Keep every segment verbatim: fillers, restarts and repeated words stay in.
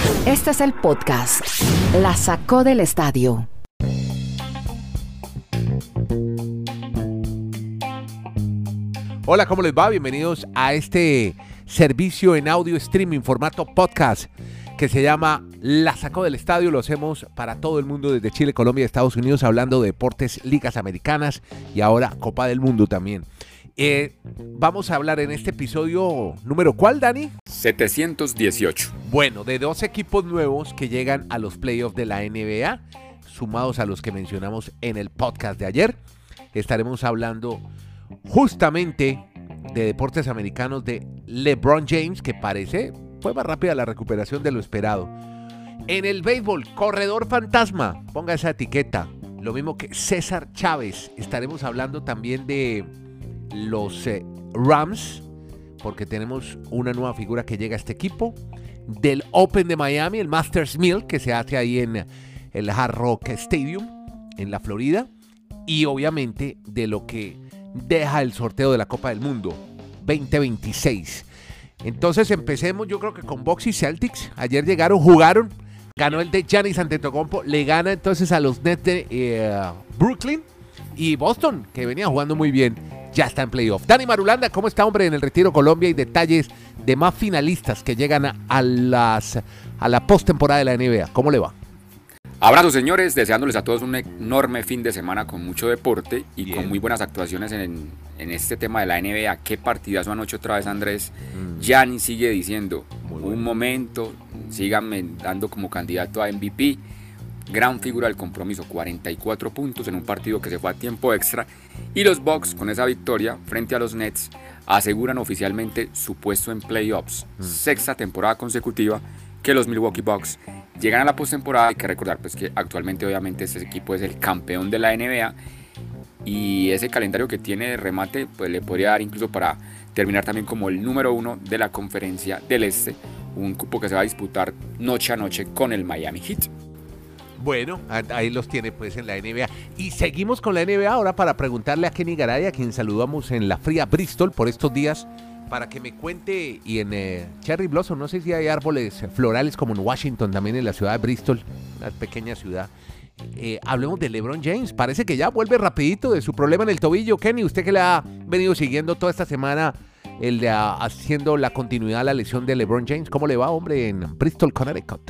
Este es el podcast La Sacó del Estadio. Hola, ¿cómo les va? Bienvenidos a este servicio en audio streaming, formato podcast, que se llama La Sacó del Estadio. Lo hacemos para todo el mundo desde Chile, Colombia y Estados Unidos, hablando de deportes, ligas americanas y ahora Copa del Mundo también. Eh, vamos a hablar en este episodio, ¿número cuál, Dani? setecientos dieciocho. Bueno, de dos equipos nuevos que llegan a los playoffs de la N B A, sumados a los que mencionamos en el podcast de ayer. Estaremos hablando justamente de deportes americanos, de LeBron James, que parece fue más rápida la recuperación de lo esperado. En el béisbol, corredor fantasma, ponga esa etiqueta, lo mismo que César Chávez. Estaremos hablando también de los eh, Rams, porque tenemos una nueva figura que llega a este equipo, del Open de Miami, el Masters mil, que se hace ahí en el Hard Rock Stadium, en la Florida, y obviamente de lo que deja el sorteo de la Copa del Mundo veinte veintiséis. Entonces empecemos, yo creo que con Bucks y Celtics. Ayer llegaron, jugaron, ganó el de Giannis Antetokounmpo, le gana entonces a los Nets de eh, Brooklyn, y Boston, que venía jugando muy bien, ya está en playoff. Dani Marulanda, ¿cómo está, hombre, en el Retiro Colombia? Y detalles de más finalistas que llegan a, a, las, a la postemporada de la N B A. ¿Cómo le va? Abrazos, señores, deseándoles a todos un enorme fin de semana con mucho deporte y Bien. Con muy buenas actuaciones en, en este tema de la N B A. Qué partidazo anoche otra vez, Andrés. Mm. Giannis sigue diciendo, Muy un bueno. momento, síganme dando como candidato a M V P. Gran figura del compromiso, cuarenta y cuatro puntos en un partido que se fue a tiempo extra. Y los Bucks, con esa victoria frente a los Nets, aseguran oficialmente su puesto en playoffs. Mm. Sexta temporada consecutiva que los Milwaukee Bucks llegan a la postemporada. Hay que recordar pues que actualmente obviamente este equipo es el campeón de la N B A y ese calendario que tiene de remate pues le podría dar incluso para terminar también como el número uno de la conferencia del Este, un cupo que se va a disputar noche a noche con el Miami Heat. Bueno, ahí los tiene pues en la N B A. Y seguimos con la N B A ahora para preguntarle a Kenny Garay, a quien saludamos en la fría Bristol por estos días, para que me cuente. Y en eh, Cherry Blossom, no sé si hay árboles florales como en Washington, también en la ciudad de Bristol, una pequeña ciudad. Eh, hablemos de LeBron James. Parece que ya vuelve rapidito de su problema en el tobillo. Kenny, usted que le ha venido siguiendo toda esta semana, el de uh, haciendo la continuidad a la lesión de LeBron James, ¿cómo le va, hombre, en Bristol, Connecticut?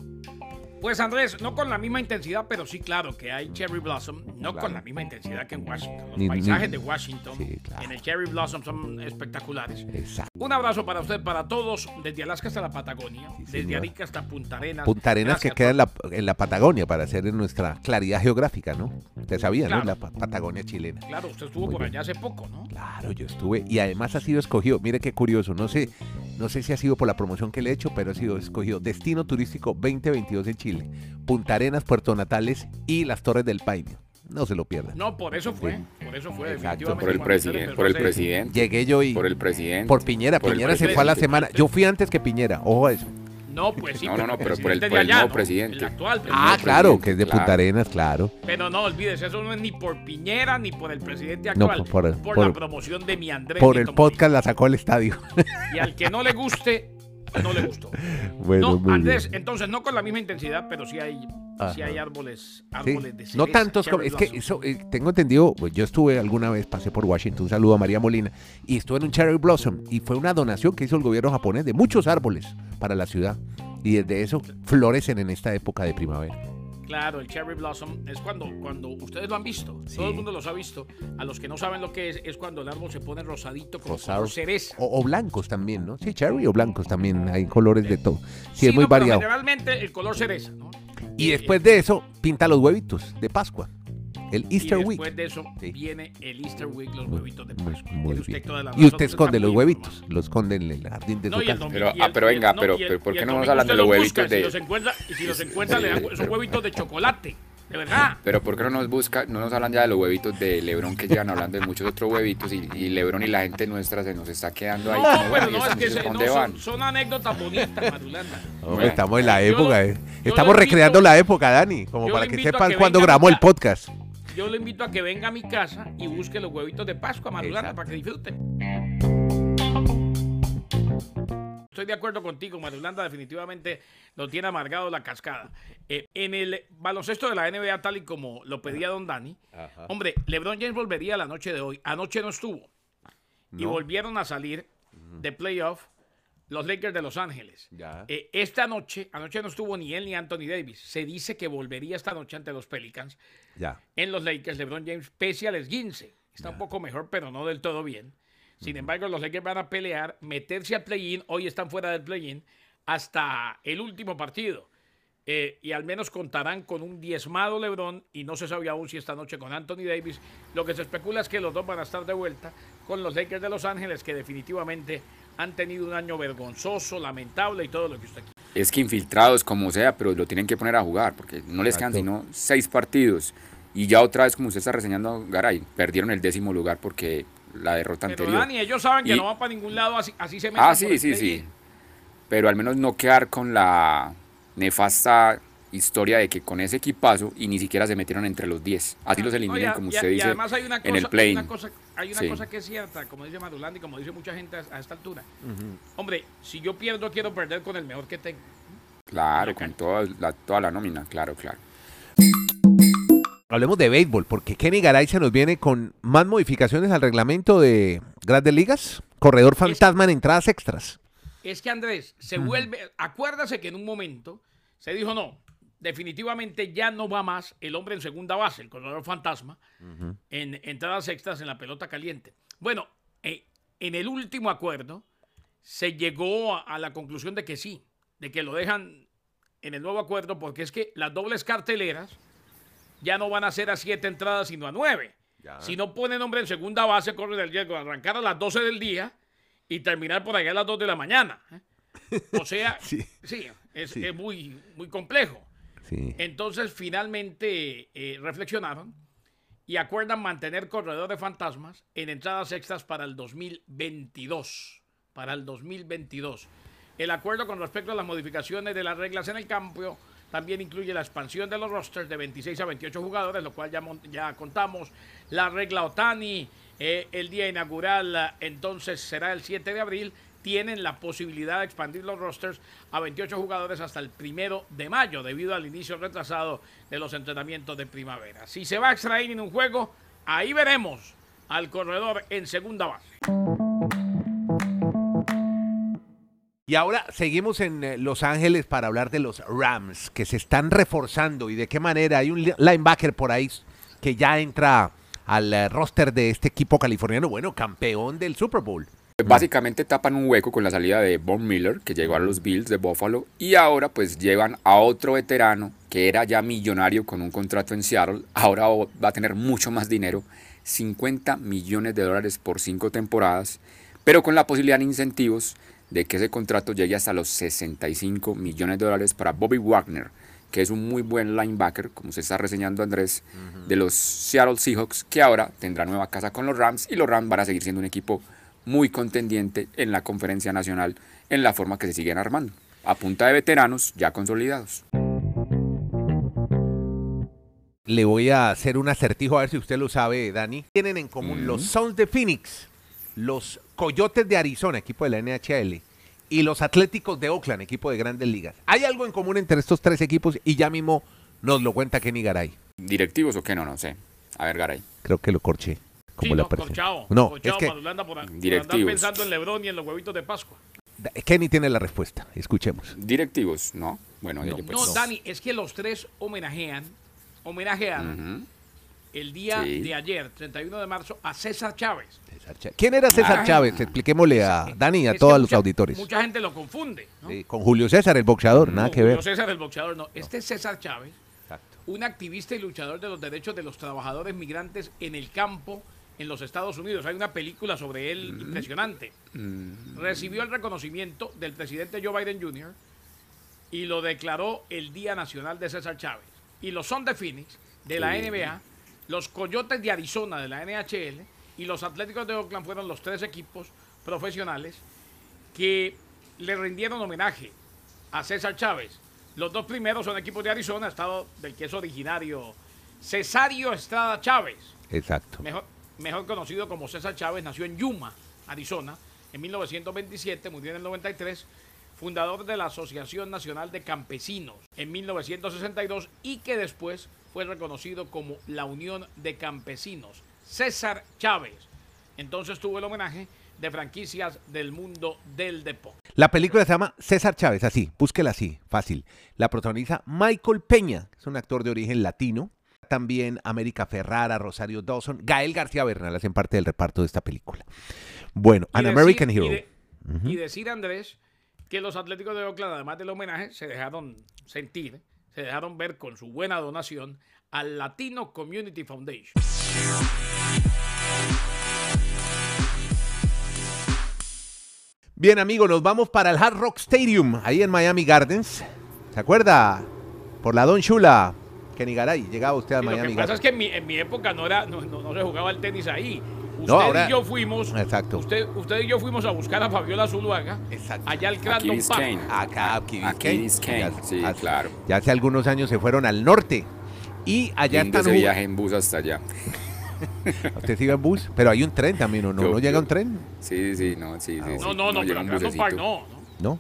Pues Andrés, no con la misma intensidad, pero sí, claro, que hay Cherry Blossom, no Claro. con la misma intensidad que en Washington. Los Ni- paisajes ni- de Washington Sí, claro. en el Cherry Blossom son espectaculares. Exacto. Un abrazo para usted, para todos, desde Alaska hasta la Patagonia, Sí, desde señor. Arica hasta Punta Arenas. Punta Arenas, que Gracias queda en por- la, en la Patagonia, para hacer en nuestra claridad geográfica, ¿no? Usted sabía, Claro. ¿no? La pa- Patagonia chilena. Claro, usted estuvo Muy por bien. allá hace poco, ¿no? Claro, yo estuve, y además ha sido escogido, mire qué curioso, no sé, no sé si ha sido por la promoción que le he hecho, pero ha sido escogido Destino Turístico veinte veintidós en Chile, Punta Arenas, Puerto Natales y las Torres del Paine. No se lo pierdan. No, por eso fue, Sí. por eso fue, Exacto. definitivamente. Por el, cuando usted presidente, empezó por a el hacer- presidente. Llegué yo y Por el presidente. por Piñera, por el Piñera se fue a la presidente. semana, yo fui antes que Piñera, ojo a eso. No, pues sí, No, no, no, pero por el- presidente por el de allá, nuevo ¿no? presidente. El actual Ah, presidente. claro, presidente, que es de claro. Punta Arenas, claro. Pero no olvides, eso no es ni por Piñera ni por el presidente No, actual, por- por, por- la promoción de mi Andrés. Por mi el Tomo- podcast la sacó al estadio. Y al que no le guste, no le gustó. Bueno, no, muy Andrés, bien. entonces no con la misma intensidad, pero sí hay, Ajá. sí hay árboles, Sí, árboles de cereza. no tantos como, cherry es que blossom. eso, eh, tengo entendido, pues yo estuve alguna vez, pasé por Washington, un saludo a María Molina, y estuve en un Cherry Blossom, y fue una donación que hizo el gobierno japonés de muchos árboles para la ciudad, y desde eso florecen en esta época de primavera. Claro, el cherry blossom es cuando, cuando ustedes lo han visto, Sí. todo el mundo los ha visto. A los que no saben lo que es, es cuando el árbol se pone rosadito como Rosado. color cereza. O, o blancos también, ¿no? Sí, cherry o blancos también, hay colores de todo. Sí, Sí, es muy no, pero variado. generalmente el color cereza, ¿no? Y Eh, después de eso, pinta los huevitos de Pascua, el Easter y Week. después de eso Sí. viene el Easter Week, los Muy- huevitos de muy- Pascua. muy Tiene usted bien. toda la Y razón, usted esconde está los muy huevitos, informado. los esconde en el jardín de No, su y el casa. domingo- Pero- y ah, el- pero y el- venga, no, pero- y el- pero ¿por y qué el no nos domingo hablan de usted los los huevitos busca, de- Si los encuentra, y si los encuentra, le dan esos huevitos de chocolate. De verdad. Pero ¿por qué no nos busca, no nos hablan ya de los huevitos de LeBron, que llegan hablando de muchos otros huevitos y, y LeBron y la gente nuestra se nos está quedando ahí? No, como, pero bueno, ¿y no, es estos que muchachos se- dónde no, van? son, son anécdotas bonitas, Marulanda. Hombre, estamos en la Yo época, lo- eh. yo Estamos lo recreando invito- la época, Dani, como yo para lo que invito a sepan que cuándo venga grabamos el acá. podcast. Yo lo invito a que venga a mi casa y busque los huevitos de Pascua, Marulanda, Exacto. para que disfruten. Estoy estoy de acuerdo contigo. Marulanda definitivamente lo tiene amargado la cascada. Eh, en el baloncesto de la N B A, tal y como lo pedía don Dani, Ajá. hombre, LeBron James volvería la noche de hoy. Anoche no estuvo. No. Y volvieron a salir uh-huh. de playoff los Lakers de Los Ángeles. Eh, esta noche, anoche no estuvo ni él ni Anthony Davis. Se dice que volvería esta noche ante los Pelicans. Ya. En los Lakers, LeBron James, pese al esguince. Está ya. un poco mejor, pero no del todo bien. Sin uh-huh. embargo, los Lakers van a pelear, meterse al play-in. Hoy están fuera del play-in hasta el último partido. Eh, y al menos contarán con un diezmado LeBron, y no se sabe aún si esta noche con Anthony Davis. Lo que se especula es que los dos van a estar de vuelta con los Lakers de Los Ángeles, que definitivamente han tenido un año vergonzoso, lamentable y todo lo que usted quiere. Es que infiltrados como sea, pero lo tienen que poner a jugar, porque no les quedan sino seis partidos. Y ya otra vez, como usted está reseñando, Garay, perdieron el décimo lugar porque la derrota pero anterior. Dani, ellos saben que y... no van para ningún lado, así, así se meten. Ah, sí, sí, sí. Pero al menos no quedar con la nefasta historia de que con ese equipazo y ni siquiera se metieron entre los diez. Así los eliminan, no, como usted y dice, además hay una cosa, en el play-in. Hay una, cosa, hay una sí. cosa que es cierta, como dice Marulanda y como dice mucha gente a, a esta altura. Uh-huh. Hombre, si yo pierdo, quiero perder con el mejor que tengo. Claro, con toda la, toda la nómina, claro, claro. Hablemos de béisbol, porque Kenny Garay se nos viene con más modificaciones al reglamento de Grandes Ligas. Corredor fantasma es, en entradas extras. Es que, Andrés, se uh-huh. vuelve... Acuérdase que en un momento se dijo, no, definitivamente ya no va más el hombre en segunda base, el corredor fantasma, uh-huh. en entradas extras en la pelota caliente. Bueno, eh, en el último acuerdo se llegó a, a la conclusión de que sí, de que lo dejan en el nuevo acuerdo, porque es que las dobles carteleras ya no van a ser a siete entradas, sino a nueve. Ya. Si no ponen hombre en segunda base, corre el riesgo de arrancar a las doce del día y terminar por allá a las dos de la mañana. ¿eh? O sea, sí, sí, es, sí. es muy, muy complejo. Sí. Entonces, finalmente eh, reflexionaron y acuerdan mantener corredores fantasmas en entradas extras para el dos mil veintidós. Para el dos mil veintidós. El acuerdo con respecto a las modificaciones de las reglas en el campo también incluye la expansión de los rosters de veintiséis a veintiocho jugadores, lo cual ya, ya contamos. La regla Otani, eh, el día inaugural, entonces será el siete de abril. Tienen la posibilidad de expandir los rosters a veintiocho jugadores hasta el primero de mayo, debido al inicio retrasado de los entrenamientos de primavera. Si se va a extraer en un juego, ahí veremos al corredor en segunda base. Y ahora seguimos en Los Ángeles para hablar de los Rams, que se están reforzando y de qué manera. Hay un linebacker por ahí que ya entra al roster de este equipo californiano, bueno, campeón del Super Bowl. Básicamente tapan un hueco con la salida de Von Miller, que llegó a los Bills de Buffalo, y ahora pues llevan a otro veterano que era ya millonario con un contrato en Seattle. Ahora va a tener mucho más dinero, cincuenta millones de dólares por cinco temporadas, pero con la posibilidad de incentivos de que ese contrato llegue hasta los sesenta y cinco millones de dólares para Bobby Wagner, que es un muy buen linebacker, como se está reseñando Andrés, uh-huh. de los Seattle Seahawks, que ahora tendrá nueva casa con los Rams, y los Rams van a seguir siendo un equipo muy contendiente en la conferencia nacional en la forma que se siguen armando, a punta de veteranos ya consolidados. Le voy a hacer un acertijo a ver si usted lo sabe, Dani. Tienen en común mm. los Suns de Phoenix, los Coyotes de Arizona, equipo de la N H L, y los Atléticos de Oakland, equipo de Grandes Ligas. ¿Hay algo en común entre estos tres equipos? Y ya mismo nos lo cuenta Kenny Garay. ¿Directivos o qué? No, no sé. A ver, Garay. Creo que lo corché. Como sí, la no, corchao. No, corchao, es que... Marulanda por, por andar pensando en LeBron y en los huevitos de Pascua. Kenny tiene la respuesta. Escuchemos. ¿Directivos? No. Bueno, no, pues, no, Dani, es que los tres homenajean, homenajearon uh-huh. el día sí. de ayer, treinta y uno de marzo, a César Chávez. César Chávez. ¿Quién era César ah. Chávez? Expliquémosle a Dani y a todos los mucha, auditores. Mucha gente lo confunde, ¿no? Sí, con Julio César, el boxeador, no, nada que Julio ver. Julio César, el boxeador, no. Este es César Chávez, exacto. Un activista y luchador de los derechos de los trabajadores migrantes en el campo en los Estados Unidos. Hay una película sobre él mm. impresionante. Mm. Recibió el reconocimiento del presidente Joe Biden junior y lo declaró el Día Nacional de César Chávez. Y los Suns de Phoenix, de la sí. N B A, los Coyotes de Arizona, de la N H L, y los Atléticos de Oakland fueron los tres equipos profesionales que le rindieron homenaje a César Chávez. Los dos primeros son equipos de Arizona, estado del que es originario Cesario Estrada Chávez. Exacto. Mejor, mejor conocido como César Chávez, nació en Yuma, Arizona, en mil novecientos veintisiete, murió en el noventa y tres. fundador de la Asociación Nacional de Campesinos en mil novecientos sesenta y dos y que después fue reconocido como la Unión de Campesinos. César Chávez. Entonces tuvo el homenaje de franquicias del mundo del deporte. La película se llama César Chávez, así, búsquela así, fácil. La protagoniza Michael Peña, que es un actor de origen latino. También América Ferrara, Rosario Dawson, Gael García Bernal hacen parte del reparto de esta película. Bueno, Y An decir- American y Hero. de- Ujú. Y decir, Andrés, que los Atléticos de Oakland, además del homenaje, se dejaron sentir, se dejaron ver con su buena donación al Latino Community Foundation. Bien, amigos, nos vamos para el Hard Rock Stadium, ahí en Miami Gardens. ¿Se acuerda? Por la Don Shula, Kenny Garay. Llegaba usted a Y lo Miami que pasa Gardens. es que en mi, en mi época no, era, no, no- no se jugaba el tenis ahí. Usted No, ahora- y yo fuimos, Exacto. Usted, usted y yo fuimos a buscar a Fabiola Zuluaga, Exacto. allá al Aquí Crandon Park. Biscayne. Acá, aquí, Aquí Biscayne. Biscayne, Ya- sí, hace- claro. Ya hace algunos años se fueron al norte. Y allá Lindo están ese jug- viaje en bus hasta allá. Usted sigue en bus, pero hay un tren también, ¿o no? Yo- ¿No llega yo- un tren? Sí, sí, no, sí, Ah, sí. No, sí, no, no, llega pero un al Crandon Park busecito. no. no. ¿No?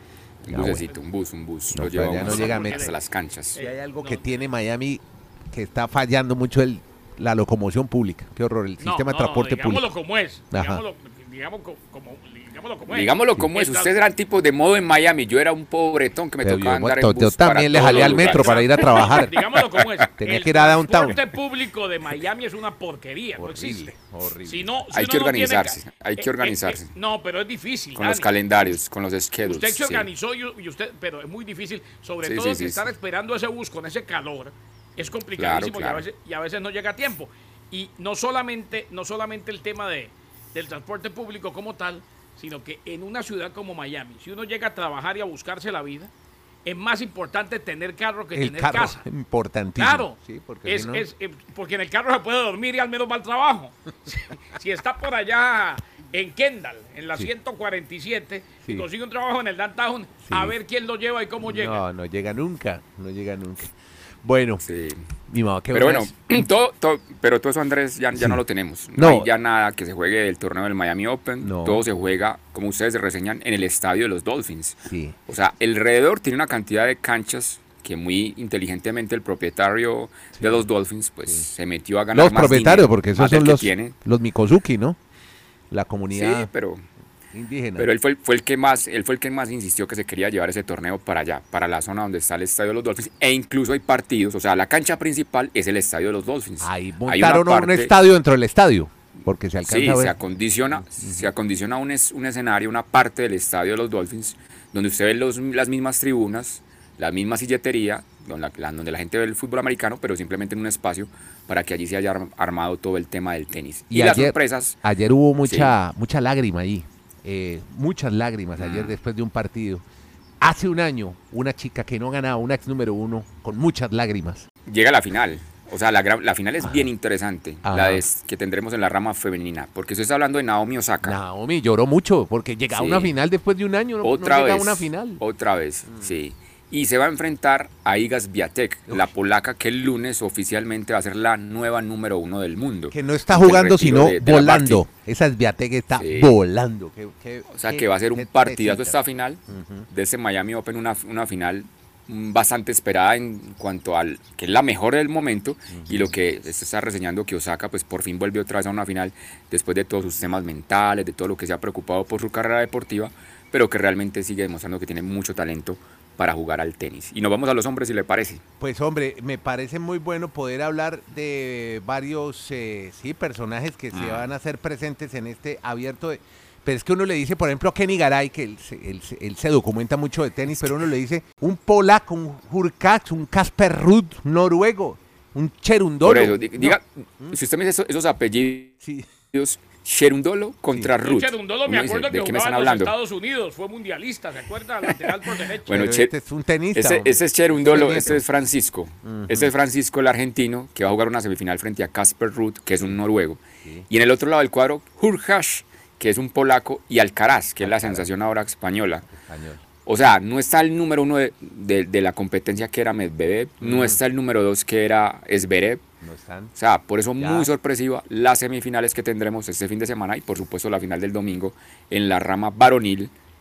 Un Ah, bucecito, un bus, un bus. No, Lo pero allá llevamos no llega a hasta Metro. las canchas. Si hay algo No. que tiene Miami que está fallando mucho el, la locomoción pública. Qué horror, el No, sistema no, de transporte digámoslo público. como es. Ajá. Digámoslo, digamos co- como, digámoslo como es. Digámoslo como es, Está- ustedes eran tipos de modo en Miami, yo era un pobretón que me Pero tocaba yo, andar yo en bus también para le todos jalé los al metro lugares. para ir a trabajar. Digámoslo como es. Tenía El que ir a downtown. transporte público de Miami es una porquería, no existe. horrible. Si no, si Hay uno que no tiene organizarse, ca- hay que eh, eh, organizarse. eh, no, pero es difícil. Con los Dani. calendarios, con los schedules. Usted se sí. organizó y, y usted, pero es muy difícil, sobre Sí, todo sí, si sí, estar sí. esperando ese bus con ese calor, es complicadísimo Claro, claro. Y, a veces, y a veces no llega a tiempo. Y no solamente, no solamente el tema de, del transporte público como tal, sino que en una ciudad como Miami, si uno llega a trabajar y a buscarse la vida, es más importante tener carro que El tener carro, casa. importantísimo. Claro, Sí, porque es, si no- es, eh, porque en el carro se puede dormir y al menos va al trabajo. si, si está por allá en Kendall, en la Sí. ciento cuarenta y siete, Sí. y consigue un trabajo en el downtown, Sí. a ver quién lo lleva y cómo llega. No, no llega nunca, no llega nunca. Bueno, Sí. mi mamá, qué Pero buena bueno, es. todo, todo- pero todo eso, Andrés, ya, ya Sí. no lo tenemos. No, No. hay ya nada que se juegue el torneo del Miami Open. No. Todo se juega, como ustedes reseñan, en el estadio de los Dolphins. Sí. O sea, alrededor tiene una cantidad de canchas que muy inteligentemente el propietario de los Dolphins pues se metió a ganar Los más propietarios, dinero, porque esos más del son que los, tiene. los Mikosuki, ¿no? La Sí, comunidad pero indígena. Pero él fue, el- fue el que más, él fue el que más insistió que se quería llevar ese torneo para allá, para la zona donde está el estadio de los Dolphins. E incluso hay partidos, o sea, la cancha principal es el estadio de los Dolphins. Ahí Hay una montaron un parte- estadio dentro del estadio, porque se alcanza Sí, a ver. se acondiciona, se acondiciona un, es- un escenario, una parte del estadio de los Dolphins, donde usted ve los- las mismas tribunas, la misma silletería, donde la, la- donde la gente ve el fútbol americano, pero simplemente en un espacio para que allí se haya ar- armado todo el tema del tenis. Y, Y las ayer- sorpresas, Ayer hubo mucha, mucha lágrima ahí, eh, muchas lágrimas ayer Mm. después de un partido. Hace un año, una chica que no ganaba, una ex número uno, con muchas lágrimas. llega a la final. O sea, la, gran- la final es bien interesante, Ajá. la de- que tendremos en la rama femenina, porque usted está hablando de Naomi Osaka. Naomi lloró mucho porque llegaba a Sí. una final después de un año, no, no Otra llegaba vez. a una final. Mm. Otra vez, sí. Y se va a enfrentar a Iga Swiatek, la polaca que el lunes oficialmente va a ser la nueva número uno del mundo. Que no está Del jugando, retiro sino de- de la volando. party. Esa Swiatek está Sí. volando. Qué- qué- O sea qué- que va a ser un qué partidazo tesita. esta final de ese Miami Open, una, una final mm, bastante esperada en cuanto al que es la mejor del momento y lo que se está reseñando que Osaka pues por fin vuelve otra vez a una final después de todos sus temas mentales, de todo lo que se ha preocupado por su carrera deportiva, pero que realmente sigue demostrando que tiene mucho talento para jugar al tenis. Y nos vamos a los hombres si le parece. Pues hombre, me parece muy bueno poder hablar de varios eh, sí, personajes que se Ah. van a hacer presentes en este abierto. De, pero es que uno le dice, por ejemplo, a Kenny Garay, que él, se- él se- él se documenta mucho de tenis, pero uno le dice un polaco, un Hurkacz, un Casper Ruud, noruego, un Cherundolo. Por eso, di- No, diga, si usted me dice esos, esos apellidos, sí. Cherundolo contra Sí. Ruth. Cherundolo me Uno dice, acuerdo que ¿de qué me jugaba están en los hablando? Estados Unidos, fue mundialista, ¿se acuerda? Lateral por derecho. Bueno, Pero Che- este es un tenista. Ese, hombre. ese es Cherundolo, Nieto. este es Francisco. Este es Francisco, el argentino, que va a jugar una semifinal frente a Casper Ruud, que es un noruego. Sí. Y en el otro lado del cuadro, Hurkacz, que es un polaco, y Alcaraz, que es la sensación ahora española. Español. O sea, no está el número uno de, de- de la competencia que era Medvedev, no está el número dos que era Zverev. No están. O sea, por eso Ya. muy sorpresiva las semifinales que tendremos este fin de semana y por supuesto la final del domingo en la rama varonil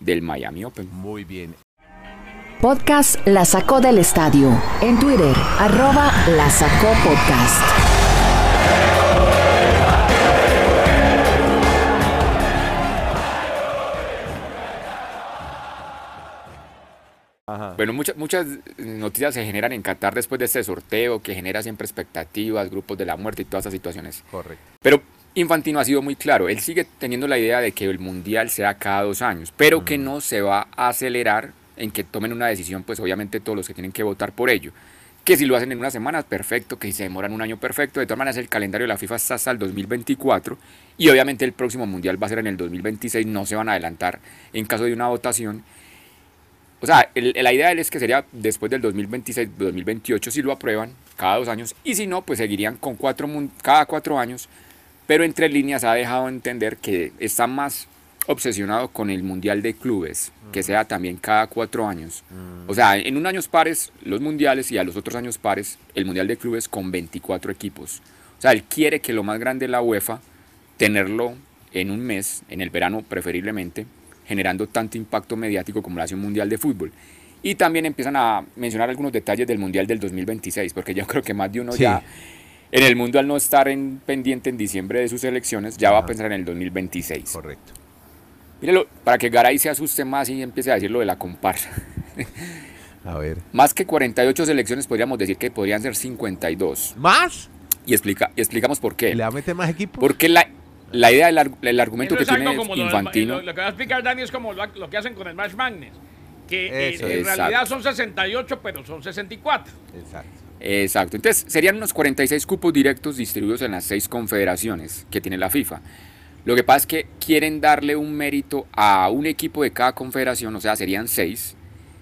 del Miami Open. Muy bien. Podcast La Sacó del Estadio. En Twitter, arroba La Sacó Podcast. Ajá. Bueno, muchas, muchas noticias se generan en Qatar después de este sorteo, que genera siempre expectativas, grupos de la muerte y todas esas situaciones. Correcto. Pero Infantino ha sido muy claro, él sigue teniendo la idea de que el Mundial sea cada dos años, pero mm. que no se va a acelerar en que tomen una decisión, pues obviamente todos los que tienen que votar por ello. Que si lo hacen en una semana, perfecto, que si se demoran un año, perfecto. De todas maneras, el calendario de la FIFA está hasta el dos mil veinticuatro y obviamente el próximo Mundial va a ser en el dos mil veintiséis, no se van a adelantar en caso de una votación. O sea, el, la idea de él es que sería después del dos mil veintiséis, dos mil veintiocho si lo aprueban, cada dos años, y si no, pues seguirían con cuatro, cada cuatro años, pero entre líneas ha dejado entender que está más obsesionado con el Mundial de Clubes, mm. que sea también cada cuatro años. Mm. O sea, en un años pares los mundiales y a los otros años pares el Mundial de Clubes con veinticuatro equipos. O sea, él quiere que lo más grande de la UEFA, tenerlo en un mes, en el verano preferiblemente, generando tanto impacto mediático como lo hace un Mundial de Fútbol. Y también empiezan a mencionar algunos detalles del Mundial del dos mil veintiséis, porque yo creo que más de uno sí. ya en el mundo al no estar en, pendiente en diciembre de sus elecciones, ya Ajá. va a pensar en el dos mil veintiséis. Correcto. Mírelo, para que Garay se asuste más y empiece a decir lo de la comparsa. A ver. Más que cuarenta y ocho selecciones, podríamos decir que podrían ser cincuenta y dos. ¿Más? Y, explica, y explicamos por qué. ¿Le va a meter más equipos? Porque la, la idea, del el argumento que tiene Infantino... Lo, lo que va a explicar Dani es como lo, lo que hacen con el March Madness. Que Eso, eh, en exacto. realidad son sesenta y ocho, pero son sesenta y cuatro. Exacto. Exacto. Entonces, serían unos cuarenta y seis cupos directos distribuidos en las seis confederaciones que tiene la FIFA. Lo que pasa es que quieren darle un mérito a un equipo de cada confederación, o sea, serían seis,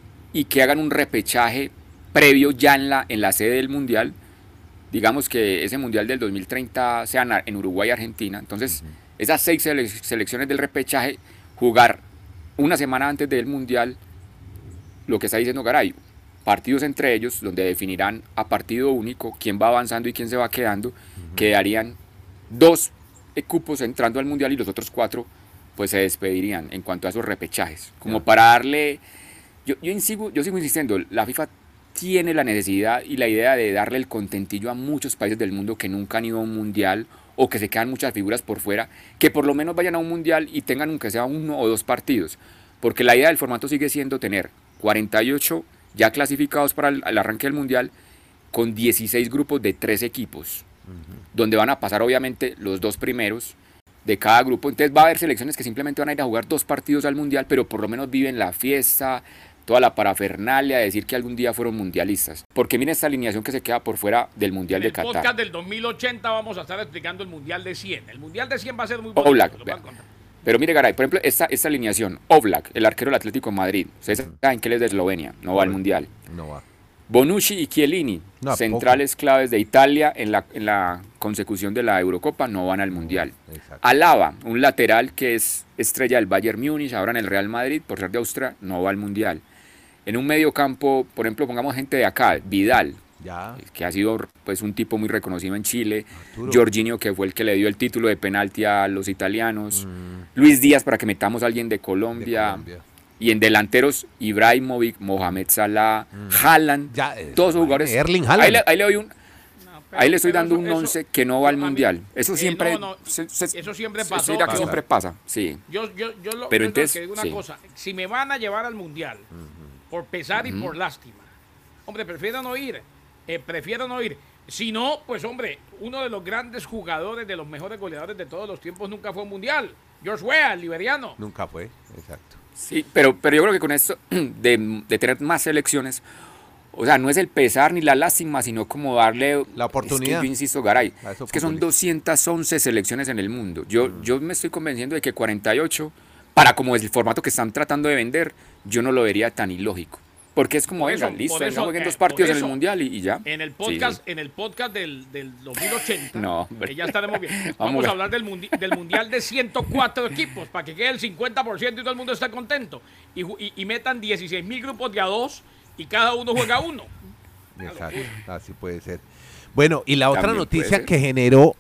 y que hagan un repechaje previo ya en la, en la sede del Mundial. Digamos que ese Mundial del dos mil treinta sea en Uruguay y Argentina. Entonces, uh-huh. esas seis sele- selecciones del repechaje, jugar una semana antes del Mundial, lo que está diciendo Garay, partidos entre ellos, donde definirán a partido único quién va avanzando y quién se va quedando, uh-huh. quedarían dos cupos entrando al Mundial y los otros cuatro pues se despedirían en cuanto a esos repechajes, como yeah. para darle, yo, yo, insigo, yo sigo insistiendo, la FIFA tiene la necesidad y la idea de darle el contentillo a muchos países del mundo que nunca han ido a un Mundial o que se quedan muchas figuras por fuera, que por lo menos vayan a un Mundial y tengan aunque sea uno o dos partidos, porque la idea del formato sigue siendo tener cuarenta y ocho ya clasificados para el, el arranque del Mundial con dieciséis grupos de tres equipos, donde van a pasar obviamente los dos primeros de cada grupo. Entonces va a haber selecciones que simplemente van a ir a jugar dos partidos al Mundial, pero por lo menos viven la fiesta, toda la parafernalia de decir que algún día fueron mundialistas. Porque miren esta alineación que se queda por fuera del Mundial de Qatar. En el podcast del dos mil ochenta vamos a estar explicando el Mundial de cien. El Mundial de cien va a ser muy bonito. Oblak, pero mire Garay, por ejemplo, esta, esta alineación, Oblak, el arquero del Atlético de Madrid, ustedes saben que él es de Eslovenia, no va al Mundial. No va. Bonucci y Chiellini, no, centrales poco. claves de Italia en la, en la consecución de la Eurocopa, no van al Mundial. Exacto. Alaba, un lateral que es estrella del Bayern Múnich, ahora en el Real Madrid, por ser de Austria, no va al Mundial. En un medio campo, por ejemplo, pongamos gente de acá, Vidal, ya. que ha sido pues, un tipo muy reconocido en Chile, Arturo. Jorginho, que fue el que le dio el título de penalti a los italianos, mm. Luis Díaz, para que metamos a alguien de Colombia. De Colombia. Y en delanteros, Ibrahimovic, Mohamed Salah, mm. Haaland, ya, eh, todos los jugadores. Erling Haaland. Ahí le, ahí le doy un, no, pero, ahí le estoy dando eso, un once que no va al Mundial. Eso siempre, eh, no, no, se, se, eso siempre pasó. Eso siempre pasa, sí. Yo, yo, yo, lo, pero yo entonces, que digo una sí. cosa, si me van a llevar al Mundial, uh-huh. por pesar uh-huh. y por lástima, hombre, prefiero no ir, eh, prefiero no ir. Si no, pues hombre, uno de los grandes jugadores, de los mejores goleadores de todos los tiempos nunca fue un Mundial. George Weah, el liberiano. Nunca fue, exacto. Sí, pero, pero yo creo que con esto de, de tener más selecciones, o sea, no es el pesar ni la lástima, sino como darle la oportunidad. Es que yo insisto, Garay, es que son doscientas once selecciones en el mundo. Yo, mm. yo me estoy convenciendo de que cuarenta y ocho, para como es el formato que están tratando de vender, yo no lo vería tan ilógico. Porque es como, venga, listo, venga, jueguen dos partidos eso, en el Mundial y, y ya. En el podcast, sí, sí. En el podcast del, del dos mil ochenta, no, que ya estaremos bien, vamos, vamos a hablar del, mundi del Mundial de ciento cuatro equipos, para que quede el cincuenta por ciento y todo el mundo esté contento. Y, y, y metan dieciséis mil grupos de a dos y cada uno juega uno. Exacto, así puede ser. Bueno, y la otra También noticia que generó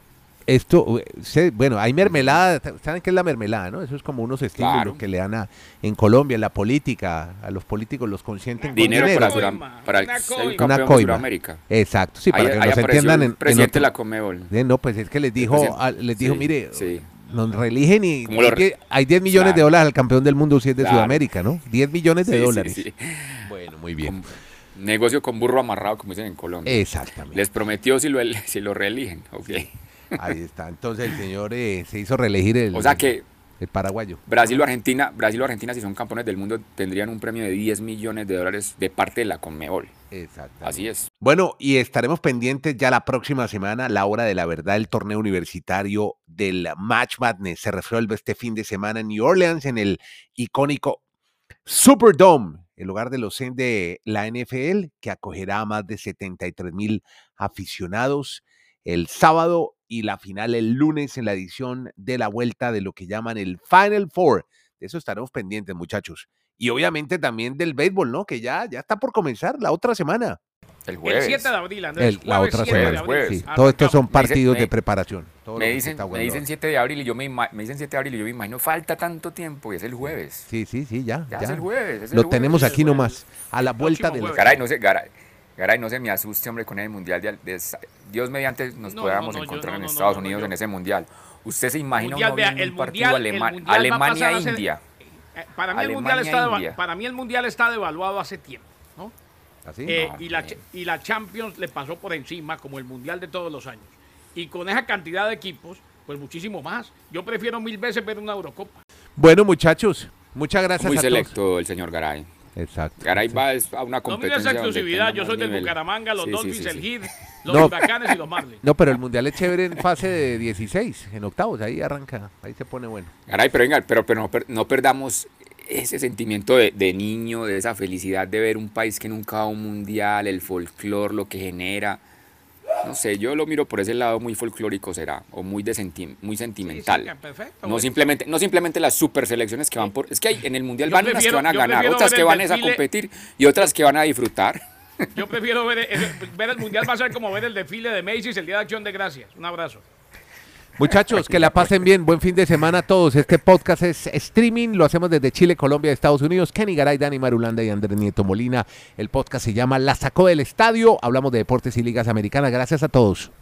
esto, se, bueno, hay mermelada, ¿saben qué es la mermelada, no? Eso es como unos estímulos Claro. que le dan a, en Colombia, en la política, a los políticos los consienten con Dinero, dinero. para, Coima, Suram- para el, una el coima. campeón Una de coima. Sudamérica. Exacto, sí, para Ahí- que ahí nos apareció entiendan el en, en presidente otro- de la Conmebol. Eh, No, pues es que les dijo, presidente- a- les dijo, sí, mire, sí. nos reeligen y Como lo hay re- die- hay diez millones de Claro. dólares al campeón del mundo si es de Claro. Sudamérica, ¿no? diez millones de Sí, sí, dólares. sí. Bueno, muy bien. Con- negocio con burro amarrado, como dicen en Colombia. Exactamente. Les prometió si lo, el- si lo reeligen. Ok. Ahí está. Entonces el señor eh, se hizo reelegir el, O sea que el paraguayo. Brasil o Argentina, Brasil o Argentina, si son campeones del mundo, tendrían un premio de diez millones de dólares de parte de la Conmebol. Exacto. Así es. Bueno, y estaremos pendientes ya la próxima semana, la hora de la verdad, el torneo universitario del Match Madness. Se resuelve este fin de semana en New Orleans, en el icónico Superdome, el lugar de los Zen de la N F L, que acogerá a más de setenta y tres mil aficionados el sábado y la final el lunes en la edición de la vuelta de lo que llaman el Final Four. De eso estaremos pendientes, muchachos. Y obviamente también del béisbol, ¿no? Que ya, ya está por comenzar la otra semana. El El jueves. siete de abril, Andrés. El- la jueves otra siete de semana. abril. Jueves. Sí, todos estos son Arrancamos. Me dice- partidos me- de preparación. todo lo Me que se dicen, está me jugando dicen ahora. siete de abril y yo me, ima- me dicen siete de abril y yo me imagino, falta tanto tiempo y es el jueves. Sí, sí, sí, ya. Ya, ya. es el jueves. es el Lo jueves. tenemos es el aquí jueves. nomás, a la vuelta Próximo del... jueves. Garay, no se, Garay, Garay, no se me asuste, hombre, con el mundial. De, de- Dios mediante nos No, podamos no, no, yo- encontrar no, en no, Estados no, no, Unidos yo- en ese mundial. ¿Usted se imagina Mundial, uno vea, viendo el un partido mundial- el Alema- mundial va a pasar a ser- Alemania-India? Eh, Para mí, el mundial está Alemania-India. deva- para mí el mundial está devaluado hace tiempo, ¿no? ¿Así? Eh, No, y, la, hombre. Ch- y la Champions le pasó por encima como el mundial de todos los años. Y con esa cantidad de equipos, pues muchísimo más. Yo prefiero mil veces ver una Eurocopa. Bueno, muchachos, muchas gracias Muy a selecto el señor Garay. todos. Exacto. Garay va es a una No competencia. mira esa donde exclusividad. tenga Yo más soy del nivel. Bucaramanga, los Sí, sí, Dolphins, sí, el sí. Heat, los No. Huracanes y los Marlins. No, pero el mundial es chévere en fase de dieciséis, en octavos, ahí arranca, ahí se pone bueno. Garay, pero venga, pero, pero no, per- no perdamos ese sentimiento de, de niño, de esa felicidad de ver un país que nunca va a un mundial, el folclore, lo que genera. No sé, yo lo miro por ese lado muy folclórico será, o muy, de senti- muy sentimental. Sí, sí, perfecto, no, bueno. simplemente, no simplemente las super selecciones que van por... Es que hay, en el mundial Yo van unas que prefiero- van a yo ganar, prefiero otras ver que el van es a desfile- competir y otras que van a disfrutar. Yo prefiero ver, el- ver el mundial, va a ser como ver el desfile de Macy's el Día de Acción de Gracias. Un abrazo. Muchachos, que la pasen bien, buen fin de semana a todos. Este podcast es streaming, lo hacemos desde Chile, Colombia, Estados Unidos. Kenny Garay, Dani Marulanda y Andrés Nieto Molina. El podcast se llama La Sacó del Estadio. Hablamos de deportes y ligas americanas. Gracias a todos.